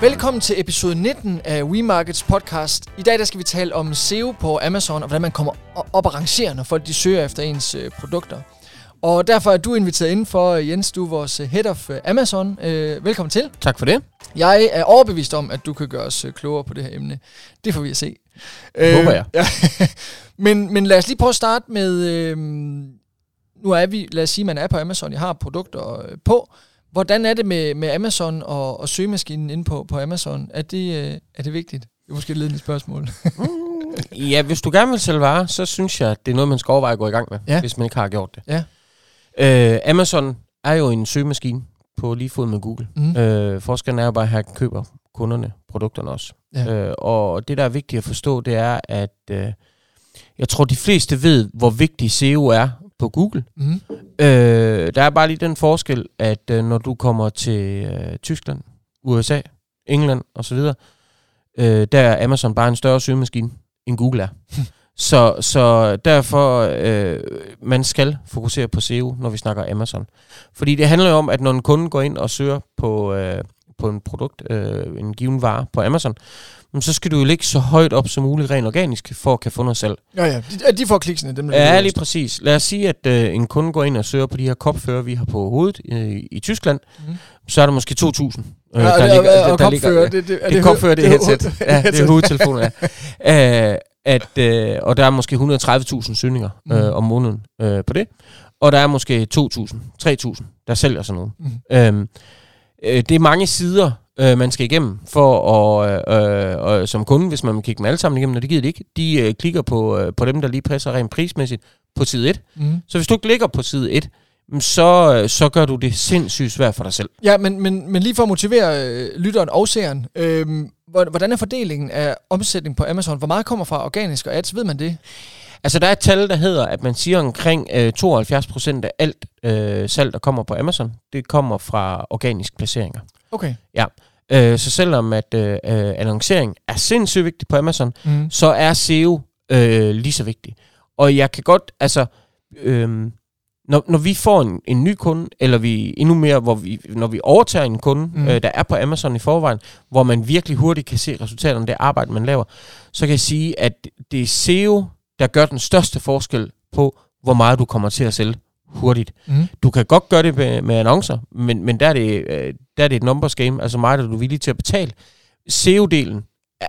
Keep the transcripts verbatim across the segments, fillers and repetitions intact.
Velkommen til episode nitten af WeMarkets podcast. I dag der skal vi tale om S E O på Amazon, og hvordan man kommer op og rangerer, når folk de søger efter ens øh, produkter. Og derfor er du inviteret indenfor, Jens, du er vores Head of Amazon. Øh, velkommen til. Tak for det. Jeg er overbevist om, at du kan gøre os klogere på det her emne. Det får vi at se. Øh, håber jeg. Ja. men, men lad os lige prøve at starte med, øh, nu er vi, lad os sige, man er på Amazon, jeg har produkter øh, på. Hvordan er det med, med Amazon og, og søgemaskinen inde på, på Amazon? Er det, øh, er det vigtigt? Det er måske et ledende spørgsmål. Ja, hvis du gerne vil sælge varer, så synes jeg, at det er noget, man skal overveje at gå i gang med, ja. Hvis man ikke har gjort det. Ja. Øh, Amazon er jo en søgemaskine på lige fod med Google. Mm. Øh, forskellen er jo bare, at her køber kunderne produkterne også. Ja. Øh, og det, der er vigtigt at forstå, det er, at øh, jeg tror, de fleste ved, hvor vigtig S E O er på Google. Mm. Øh, der er bare lige den forskel, at øh, når du kommer til øh, Tyskland, U S A, England osv., øh, der er Amazon bare en større søgemaskine, end Google er. så, så derfor, øh, man skal fokusere på S E O, når vi snakker Amazon. Fordi det handler jo om, at når en kunde går ind og søger på, øh, på en produkt, øh, en given vare på Amazon, så skal du jo ligge så højt op som muligt rent organisk, for at kan få noget salg. Ja, ja. De, de får kliksene, dem der. Ja, lige præcis. Lad os sige, at øh, en kunde går ind og søger på de her kopfører, vi har på hovedet øh, i Tyskland. Mm. Så er der måske to tusind. Øh, ja, der det, ligger, der, der, der kopfører, ligger, det, det, er det, det kopfører, det er headset. Ja, det er hovedtelefoner, ja. uh, at, øh, og der er måske et hundrede og tredive tusind søgninger mm. øh, om måneden øh, på det. Og der er måske to tusind, tre tusind, der sælger sådan noget. Mm. Øhm, øh, det er mange sider, øh, man skal igennem for at, øh, øh, som kunde, hvis man vil kigge dem alle sammen igennem, og det gider de ikke. De øh, klikker på, øh, på dem, der lige passer rent prismæssigt på side et. Mm. Så hvis du ikke ligger på side et, så, så gør du det sindssygt svært for dig selv. Ja, men, men, men lige for at motivere øh, lytteren og seeren, øh, hvordan er fordelingen af omsætning på Amazon? Hvor meget kommer fra organisk og ads? Ved man det? Altså, der er et tal, der hedder, at man siger omkring øh, tooghalvfjerds procent af alt øh, salg, der kommer på Amazon, det kommer fra organiske placeringer. Okay. Ja. Øh, så selvom at øh, annoncering er sindssygt vigtigt på Amazon, mm. så er S E O øh, lige så vigtigt. Og jeg kan godt, altså... Øh, Når, når vi får en, en ny kunde, eller vi endnu mere, hvor vi, når vi overtager en kunde, mm. øh, der er på Amazon i forvejen, hvor man virkelig hurtigt kan se resultaterne af det arbejde, man laver, så kan jeg sige, at det er S E O, der gør den største forskel på, hvor meget du kommer til at sælge hurtigt. Mm. Du kan godt gøre det med, med annoncer, men, men der, er det, øh, der er det et numbers game, altså meget, der du er villig til at betale. S E O-delen, er,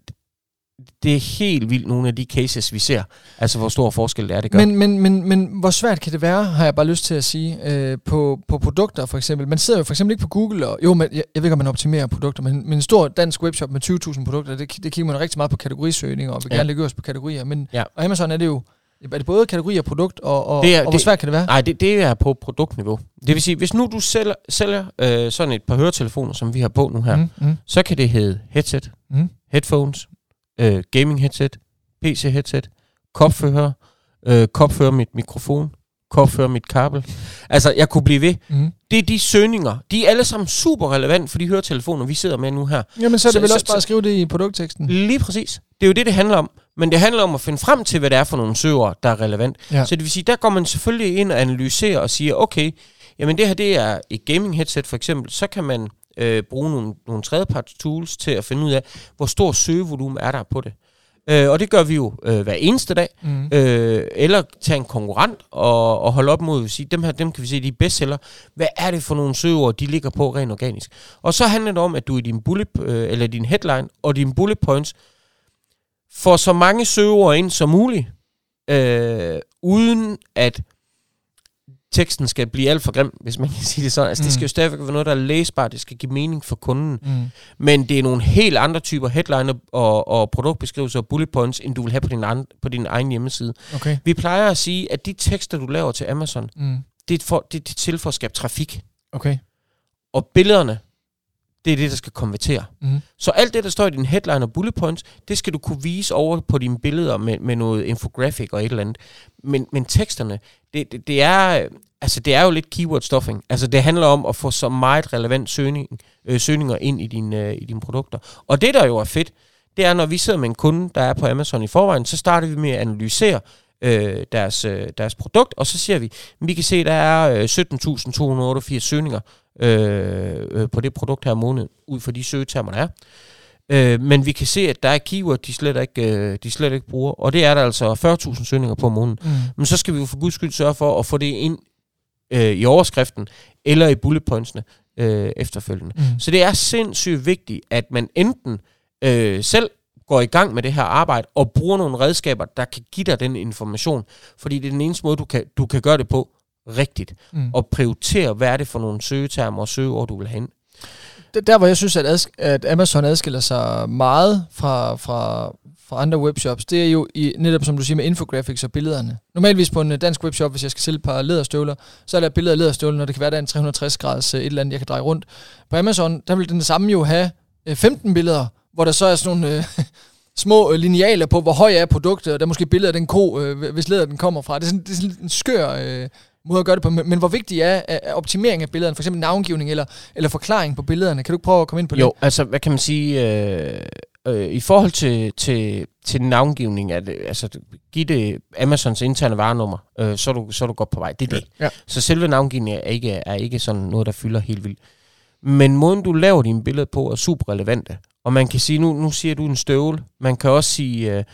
det er helt vildt nogle af de cases, vi ser. Altså, hvor stor forskel det er, det gør. Men, men, men, men hvor svært kan det være, har jeg bare lyst til at sige, øh, på, på produkter for eksempel. Man sidder jo for eksempel ikke på Google, og jo, man, jeg, jeg ved ikke, om man optimerer produkter, men, men en stor dansk webshop med tyve tusind produkter, det, det kigger man rigtig meget på kategorisøgning, og vil ja. gerne lægge os på kategorier. Men ja. og Amazon er det jo, er det både kategorier og produkt, og, og, det er, og hvor svært kan det være? Nej, det, det er på produktniveau. Det vil sige, hvis nu du sælger, sælger øh, sådan et par høretelefoner, som vi har på nu her, mm, mm. så kan det hedde headset, mm. headphones, øh, gaming headset, P C headset, kopfører, øh, kopfører mit mikrofon, kopfører mit kabel. Altså, jeg kunne blive ved. Mm. Det er de søgninger. De er alle sammen super relevant for de høretelefoner, vi sidder med nu her. Jamen, så er det så, vel også så, bare at skrive det i produktteksten? Lige præcis. Det er jo det, det handler om. Men det handler om at finde frem til, hvad det er for nogle søger, der er relevant. Ja. Så det vil sige, der går man selvfølgelig ind og analyserer og siger, okay, jamen det her, det er et gaming headset for eksempel, så kan man øh, bruge nogle, nogle tredjeparts tools til at finde ud af, hvor stor søgevolumen er der på det. Øh, og det gør vi jo øh, hver eneste dag. Mm. Øh, eller tage en konkurrent og, og holde op mod at sige, dem her, dem kan vi se, de er bestsellere. Hvad er det for nogle søgeord, de ligger på rent organisk? Og så handler det om, at du i din bullet, øh, eller din headline og dine bullet points får så mange søgeord ind som muligt, øh, uden at teksten skal blive alt for grim, hvis man kan sige det sådan. Altså, mm. det skal jo stadigvæk være noget, der er læsbart, det skal give mening for kunden. Mm. Men det er nogle helt andre typer headliner og, og produktbeskrivelser og bullet points, end du vil have på din, an, på din egen hjemmeside. Okay. Vi plejer at sige, at de tekster, du laver til Amazon, mm. det, er for, det, det er til for at skabe trafik. Okay. Og billederne, det er det, der skal konvertere. Mm. Så alt det, der står i din headline og bullet points, det skal du kunne vise over på dine billeder med, med noget infographic og et eller andet. Men, men teksterne, det, det, det, er, altså, det er jo lidt keyword stuffing. Altså, det handler om at få så meget relevant søgning, øh, søgninger ind i, din, øh, i dine produkter. Og det, der jo er fedt, det er, når vi sidder med en kunde, der er på Amazon i forvejen, så starter vi med at analysere øh, deres, øh, deres produkt, og så siger vi, vi kan se, der er øh, sytten tusind to hundrede og otteogfirs søgninger øh, på det produkt her om måneden, ud fra de søgetermer, der er. Øh, men vi kan se, at der er keyword, de slet ikke, øh, de slet ikke bruger, og det er der altså fyrre tusind søgninger på om måneden. Mm. Men så skal vi jo for guds skyld sørge for at få det ind øh, i overskriften, eller i bullet pointsene øh, efterfølgende. Mm. Så det er sindssygt vigtigt, at man enten øh, selv går i gang med det her arbejde, og bruger nogle redskaber, der kan give dig den information, fordi det er den eneste måde, du kan, du kan gøre det på rigtigt, mm. og prioritere, hvad er det for nogle søgetermer og søgeord, du vil have ind. Der, hvor jeg synes, at, adsk- at Amazon adskiller sig meget fra, fra, fra andre webshops, det er jo i, netop, som du siger, med infographics og billederne. Normalvis på en dansk webshop, hvis jeg skal sælge et par læderstøvler, så er der billeder af læderstøvler, og det kan være, der er en tre hundrede og tres graders et eller andet, jeg kan dreje rundt. På Amazon, der vil den samme jo have femten billeder, hvor der så er sådan nogle øh, små linealer på, hvor høj er produktet, og der er måske billeder af den ko, øh, hvis læder den kommer fra. Det er sådan, det er sådan en skør øh, måde at gøre det på. Men hvor vigtig er, er optimering af billederne, for eksempel navngivning eller, eller forklaring på billederne? Kan du ikke prøve at komme ind på det? Jo, altså hvad kan man sige, øh, øh, i forhold til, til, til navngivning, at, altså give det Amazons interne varenummer, øh, så, er du, så er du godt på vej. Det er det. Ja. Så selve navngivningen er ikke, er ikke sådan noget, der fylder helt vildt. Men måden du laver dine billeder på er super relevante. Og man kan sige, nu, nu siger du en støvle, man kan også sige, øh,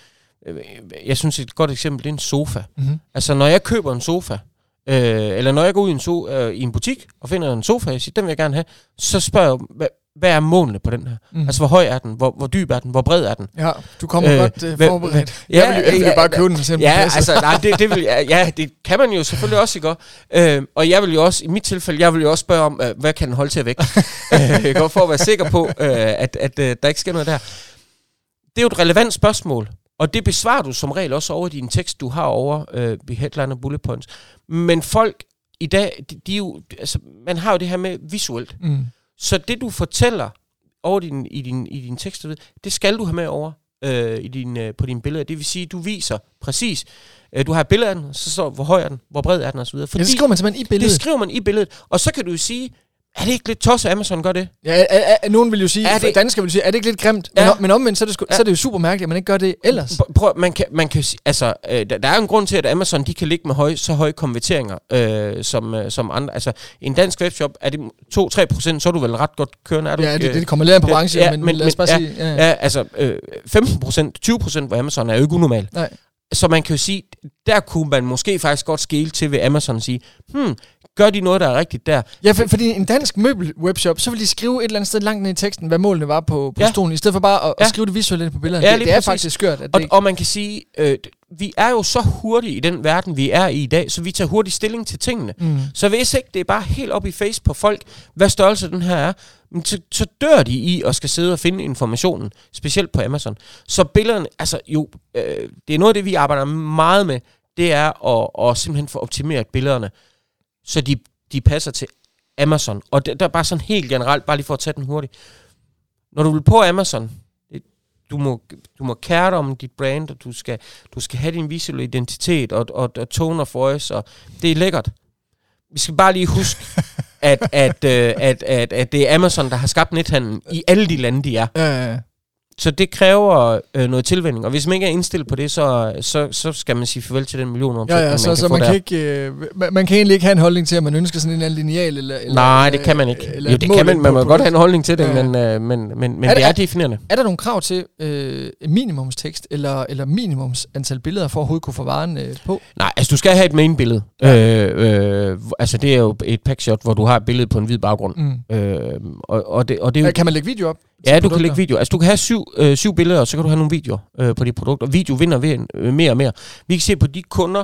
jeg synes et godt eksempel, det er en sofa. Mm-hmm. Altså når jeg køber en sofa, øh, eller når jeg går ud i en, so, øh, i en butik og finder en sofa, jeg siger, den vil jeg gerne have, så spørger jeg, hvad, hvad er målene på den her? Mm. Altså hvor høj er den, hvor, hvor dyb er den, hvor bred er den? Ja, du kommer øh, godt øh, forberedt. Ja, jeg vil, jeg vil ja, bare købe den, simpelthen. Ja, altså nej, det, det vil, ja, det kan man jo selvfølgelig også, ikke? Øh, og jeg vil jo også, i mit tilfælde, jeg vil jo også spørge om, øh, hvad kan den holde til at vægte? øh, for at være sikker på, øh, at, at øh, der ikke sker noget der. Det er jo et relevant spørgsmål, og det besvarer du som regel også over din tekst, du har over øh, ved headline og bullet points. Men folk i dag, de, de er jo, altså, man har jo det her med visuelt. Mm. Så det du fortæller over din, i din i din tekst, det skal du have med over øh, i din øh, på dine billeder. Det vil sige, du viser præcis. Øh, du har et billede af den, så står hvor høj er den, hvor bred er den og så videre. Fordi ja, det skriver man simpelthen i billedet. Det skriver man i billedet, og så kan du jo sige, er det ikke lidt tosset, Amazon gør det? Ja, er, er, er, nogen vil jo sige, det, danskere vil sige, er det ikke lidt grimt? Ja. Men, men omvendt, så er, det sku, ja. så er det jo super mærkeligt, at man ikke gør det ellers. Prøv, man kan, man kan sige, altså, øh, der, der er en grund til, at Amazon, de kan ligge med høj, så høje konverteringer, øh, som, øh, som andre. Altså, i en dansk webshop, er det to til tre procent, så er du vel ret godt kørende, er du? Ja, det, det kommer lidt på branchen, ja, men, men lad os bare ja, sige... Ja, ja. ja altså, øh, femten procent, tyve procent på Amazon er jo ikke unormalt. Nej. Så man kan jo sige, der kunne man måske faktisk godt skele til ved Amazon og sige, hmm, gør de noget, der er rigtigt der? Ja, for, fordi en dansk møbelwebshop, så vil de skrive et eller andet sted langt ned i teksten, hvad målene var på, på ja. stolen, i stedet for bare at, ja. at skrive det visuelt på billederne. Ja, det, det er faktisk skørt. At og, det og man kan sige, øh, vi er jo så hurtige i den verden, vi er i i dag, så vi tager hurtigt stilling til tingene. Mm. Så hvis ikke det er bare helt op i face på folk, hvad størrelse den her er, så, så dør de i og skal sidde og finde informationen, specielt på Amazon. Så billederne, altså jo, øh, det er noget af det, vi arbejder meget med, det er at, at simpelthen få optimeret billederne, så de, de passer til Amazon. Og det, der er bare sådan helt generelt, bare lige for at tage den hurtigt. Når du vil på Amazon, det, du må, du må kære dig om dit brand, og du skal, du skal have din visuelle identitet, og, og, og tone of voice, og det er lækkert. Vi skal bare lige huske, at, at, øh, at, at, at det er Amazon, der har skabt nethandlen i alle de lande, de er. Ja, ja, ja. Så det kræver øh, noget tilvænning, og hvis man ikke er indstillet på det, så, så, så skal man sige farvel til den million omsætning, ja, ja, så, man kan så få man der. Kan ikke, øh, man, man kan egentlig ikke have en holdning til, at man ønsker sådan en anden lineal eller, eller nej, det kan man ikke. Eller jo, det kan man. Man må godt have en holdning til det, ja. men, øh, men, men, men er det er, er definerende. Er der nogle krav til øh, minimumstekst eller, eller minimums antal billeder for at overhovedet kunne få varen øh, på? Nej, altså du skal have et main-billede. Ja. Øh, øh, altså det er jo et packshot, hvor du har et billede på en hvid baggrund. Mm. Øh, og, og det, og det er jo, kan man lægge video op? Ja, du produkter. Kan lægge video. Altså du kan have syv, øh, syv billeder, og så kan du have nogle videoer øh, på de produkter. Video vinder ved, øh, mere og mere. Vi kan se på de kunder,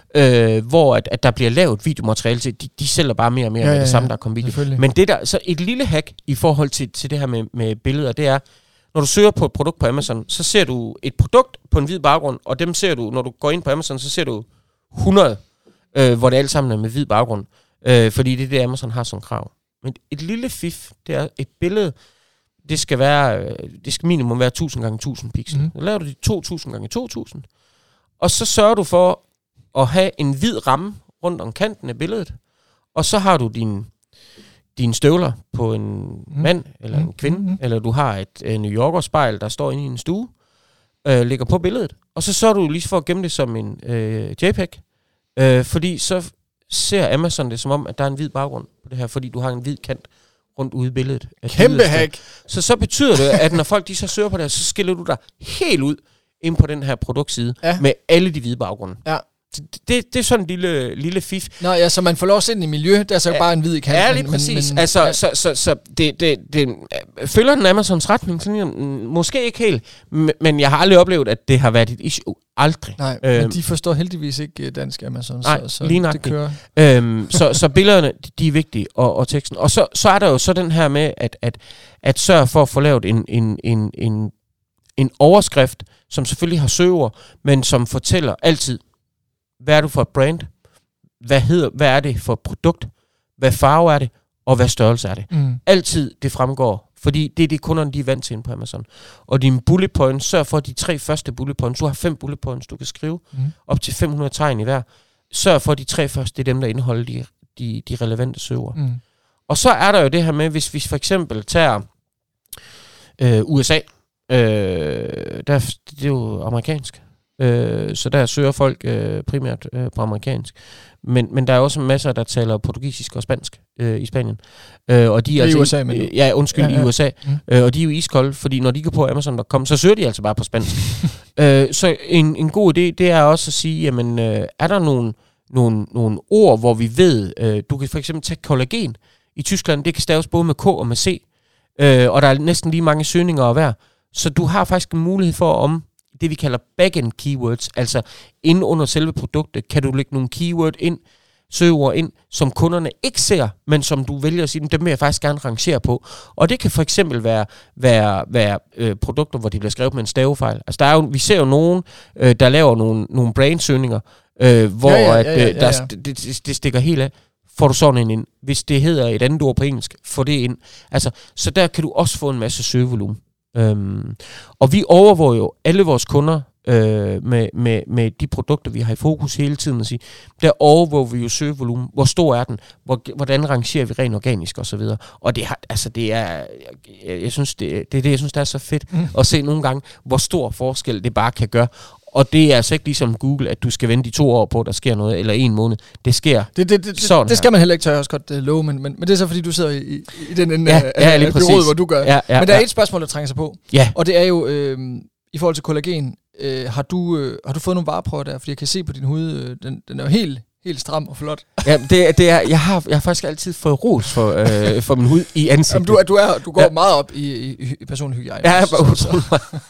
øh, hvor at, at der bliver lavet videomateriale til, de, de sælger bare mere og mere ja, med ja, det samme, der kommer video. Men det der, så et lille hack i forhold til, til det her med, med billeder, det er, når du søger på et produkt på Amazon, så ser du et produkt på en hvid baggrund, og dem ser du, når du går ind på Amazon, så ser du hundrede, øh, hvor det alle sammen er med hvid baggrund. Øh, fordi det er det, Amazon har som krav. Men et lille fif, det er et billede, det skal være, det skal minimum være tusind gange tusind pixel. Mm. Så laver du de to tusind gange to tusind, og så sørger du for at have en hvid ramme rundt om kanten af billedet, og så har du din dine støvler på en mm. mand eller en kvinde, mm. eller du har et uh, New Yorker spejl, der står inde i en stue, uh, ligger på billedet, og så sørger du lige for at gemme det som en uh, JPEG, uh, fordi så ser Amazon det som om, at der er en hvid baggrund på det her, fordi du har en hvid kant rundt ude i billedet. Kæmpe hack! Så så betyder det, at når folk de så søger på det, så skiller du dig helt ud ind på den her produktside ja. Med alle de hvide baggrunde. Ja. Det, det er sådan en lille, lille fif. Nå ja, så man får lov at sætte i miljø, der er så ja, bare en hvid kant. Ja, lige præcis. Men, men, altså, ja. så, så, så det, det, det følger den Amazons retning, måske ikke helt, men jeg har aldrig oplevet, at det har været et issue. Aldrig. Nej, øhm, men de forstår heldigvis ikke dansk Amazon, nej, så, så lige det kører. Øhm, så, så billederne, de er vigtige, og, og teksten. Og så, så er der jo så den her med, at, at, at sørge for at få lavet en, en, en, en, en overskrift, som selvfølgelig har søgeord, men som fortæller altid, hvad er du for et brand? Hvad hedder, hvad er det for et produkt? Hvad farve er det? Og hvad størrelse er det? Mm. Altid det fremgår, fordi det er det kunderne, de er vant til inde på Amazon. Og dine bullet points, sørg for de tre første bullet points. Du har fem bullet points, du kan skrive mm. op til fem hundrede tegn i hver. Sørg for de tre første, det er dem, der indeholder de, de, de relevante søger. Mm. Og så er der jo det her med, hvis vi for eksempel tager øh, U S A, øh, der, det er jo amerikansk. Øh, så der søger folk øh, primært øh, på amerikansk. Men, men der er også masser, der taler portugisisk og spansk øh, i Spanien. Øh, og de er i altså, U S A, men øh, ja, undskyld, ja, ja. i U S A. Mm. Øh, og de er jo iskolde, fordi når de går på Amazon punktum com, så søger de altså bare på spansk. øh, så en, en god idé, det er også at sige, jamen, øh, er der nogle, nogle, nogle ord, hvor vi ved, øh, du kan for eksempel tage kollagen i Tyskland, det kan staves både med K og med C, øh, og der er næsten lige mange søgninger at være. Så du har faktisk en mulighed for om det vi kalder backend keywords, altså inde under selve produktet, kan du lægge nogle keyword ind, søgeord ind, som kunderne ikke ser, men som du vælger at sige, dem vil jeg faktisk gerne rangere på. Og det kan for eksempel være, være, være øh, produkter, hvor de bliver skrevet med en stavefejl. Altså der er jo, vi ser jo nogen, øh, der laver nogle, nogle brandsøgninger, øh, hvor ja, ja, ja, ja, ja, ja. At, øh, der, det, det, det stikker helt af. Får du sådan en ind. Hvis det hedder et andet ord på engelsk, få det ind. Altså, så der kan du også få en masse søgevolumen. Øhm, og vi overvåger jo alle vores kunder øh, med, med, med de produkter, vi har i fokus hele tiden at sige, der overvåger vi jo søgevolumen. Hvor stor er den? Hvor, hvordan rangerer vi rent organisk og så videre. Og det har, altså det er, jeg, jeg synes det, det er det, jeg synes der er så fedt mm. at se nogle gange, hvor stor forskel det bare kan gøre. Og det er altså ikke ligesom Google, at du skal vente i to år på, at der sker noget, eller en måned. Det sker det, det, det, sådan Det skal her. Man heller ikke tør også godt uh, love, men, men, men det er så fordi, du sidder i, i den ende ja, af, ja, af bureauet, hvor du gør. Ja, ja, men der er ja. et spørgsmål, der trænger sig på. Ja. Og det er jo, øh, i forhold til kollagen, øh, har, du, øh, har du fået nogle vareprøver der? Fordi jeg kan se på din hud, øh, den, den er jo helt... Helt stram og flot. Ja, det, det er, jeg, har, jeg har faktisk altid fået ros for, øh, for min hud i ansigtet. Jamen, du, er, du, er, du går ja. meget op i, i, i personlig hygiejne. Ja, jeg er bare utrolig.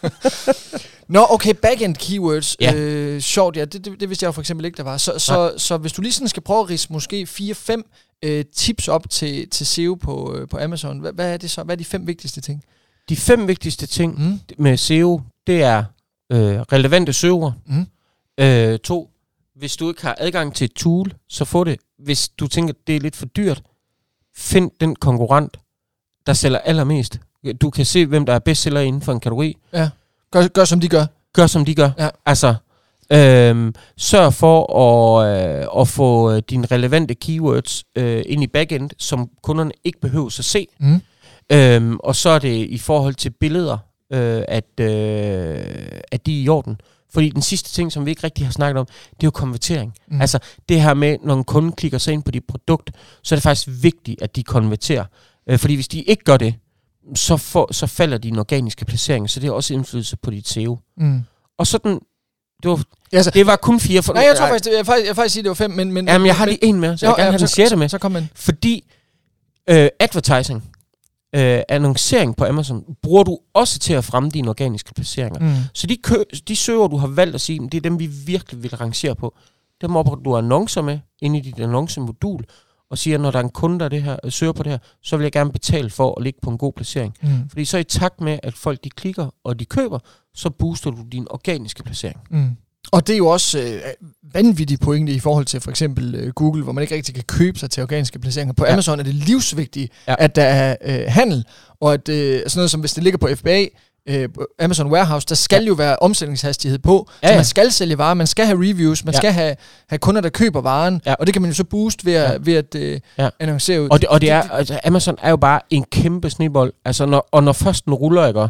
Nå, okay, backend keywords. Ja. Øh, sjovt, ja, det, det, det vidste jeg jo for eksempel ikke, der var. Så, så, så hvis du lige sådan skal prøve at ridse måske fire fem øh, tips op til, til S E O på, øh, på Amazon, hvad, hvad er det så? Hvad er de fem vigtigste ting? De fem vigtigste ting mm. med S E O, det er øh, relevante søger. Mm. Øh, to, hvis du ikke har adgang til et tool, så få det. Hvis du tænker, det er lidt for dyrt, find den konkurrent, der sælger allermest. Du kan se, hvem der er bestsælger inden for en kategori. Ja. Gør, gør som de gør. Gør som de gør. Ja. Altså, øhm, sørg for at, øh, at få dine relevante keywords øh, ind i backend, som kunderne ikke behøver at se. Mm. Øhm, og så er det i forhold til billeder, øh, at, øh, at de er i orden. Fordi den sidste ting, som vi ikke rigtig har snakket om, det er jo konvertering. Mm. Altså det her med, når en kunde klikker sig ind på dit produkt, så er det faktisk vigtigt, at de konverterer. Øh, fordi hvis de ikke gør det, så, for, så falder din organiske placering, så det har også indflydelse på dit S E O. Mm. Og sådan, det var, altså, det var kun fire. For, nej, jeg tror faktisk, jeg, jeg, jeg faktisk sige, det var fem, men... men jamen, jeg har lige en med, så jo, jeg kan ja, have den sjette med. Så kom ind. Fordi øh, advertising, øh, annoncering på Amazon, bruger du også til at fremme dine organiske placeringer. Mm. Så de, kø, de søger, du har valgt at sige, det er dem, vi virkelig vil rangere på. Dem opretter du annoncer med, inde i dit annoncemodul, og siger, når der er en kunde, der det her, søger på det her, så vil jeg gerne betale for at ligge på en god placering. Mm. Fordi så i takt med, at folk de klikker og de køber, så booster du din organiske placering. Mm. Og det er jo også øh, vanvittige pointe i forhold til for eksempel øh, Google, hvor man ikke rigtig kan købe sig til organiske placeringer. På ja. Amazon er det livsvigtigt, ja. at der er øh, handel, og at øh, sådan noget som hvis det ligger på F B A, øh, Amazon Warehouse, der skal ja. jo være omsætningshastighed på, ja, så ja. man skal sælge varer, man skal have reviews, man ja. skal have, have kunder, der køber varen, ja. og det kan man jo så booste ved at, ja. ved at øh, ja. annoncere ud. Og, det, og det er, altså, Amazon er jo bare en kæmpe snebold, altså når, og når først den ruller, ikke,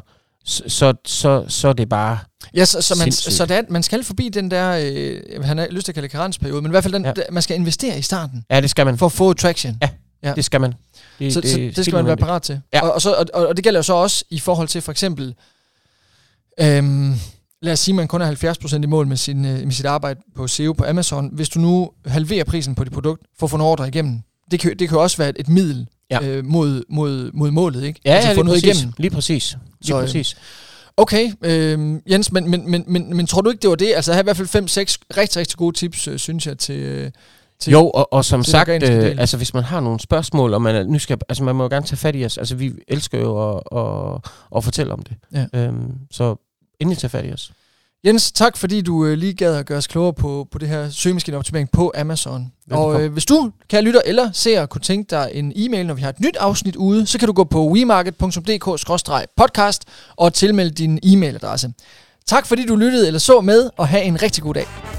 så, så, så, så er det bare Ja, så, så, man, så det er, man skal forbi den der, øh, han har lyst til at kalde karensperiode, men i hvert fald, den, ja. der, man skal investere i starten. Ja, det skal man. For at få traction. Ja, ja. det skal man. Det, så, det, så det skal man være parat til. Ja. Og, og, så, og, og det gælder jo så også i forhold til for eksempel, øhm, lad os sige, at man kun er halvfjerds procent i mål med, sin, med sit arbejde på S E O på Amazon. Hvis du nu halverer prisen på dit produkt for at få en ordre igennem, det kan, det kan også være et, et middel ja. øh, mod, mod, mod målet, ikke? Ja, altså, ja, få lige, noget præcis. Igennem. lige præcis. Lige så, præcis. Okay, øh, Jens, men, men, men, men, men tror du ikke, det var det? Altså, jeg har i hvert fald fem seks rigtig, rigtig gode tips, øh, synes jeg, til... Øh, til jo, og, og som sagt, øh, altså hvis man har nogle spørgsmål, og man er nysgerrig, altså man må jo gerne tage fat i os. Altså vi elsker jo at, at, at fortælle om det. Ja. Øhm, så endelig tage fat i os. Jens, tak fordi du øh, lige gad at gøre os klogere på, på det her søgemaskineoptimering på Amazon. Velkommen. Og øh, hvis du, kære lytter eller seer, kunne tænke dig en e-mail, når vi har et nyt afsnit ude, så kan du gå på wemarket punktum d k skråstreg podcast og tilmelde din e-mailadresse. Tak fordi du lyttede eller så med, og have en rigtig god dag.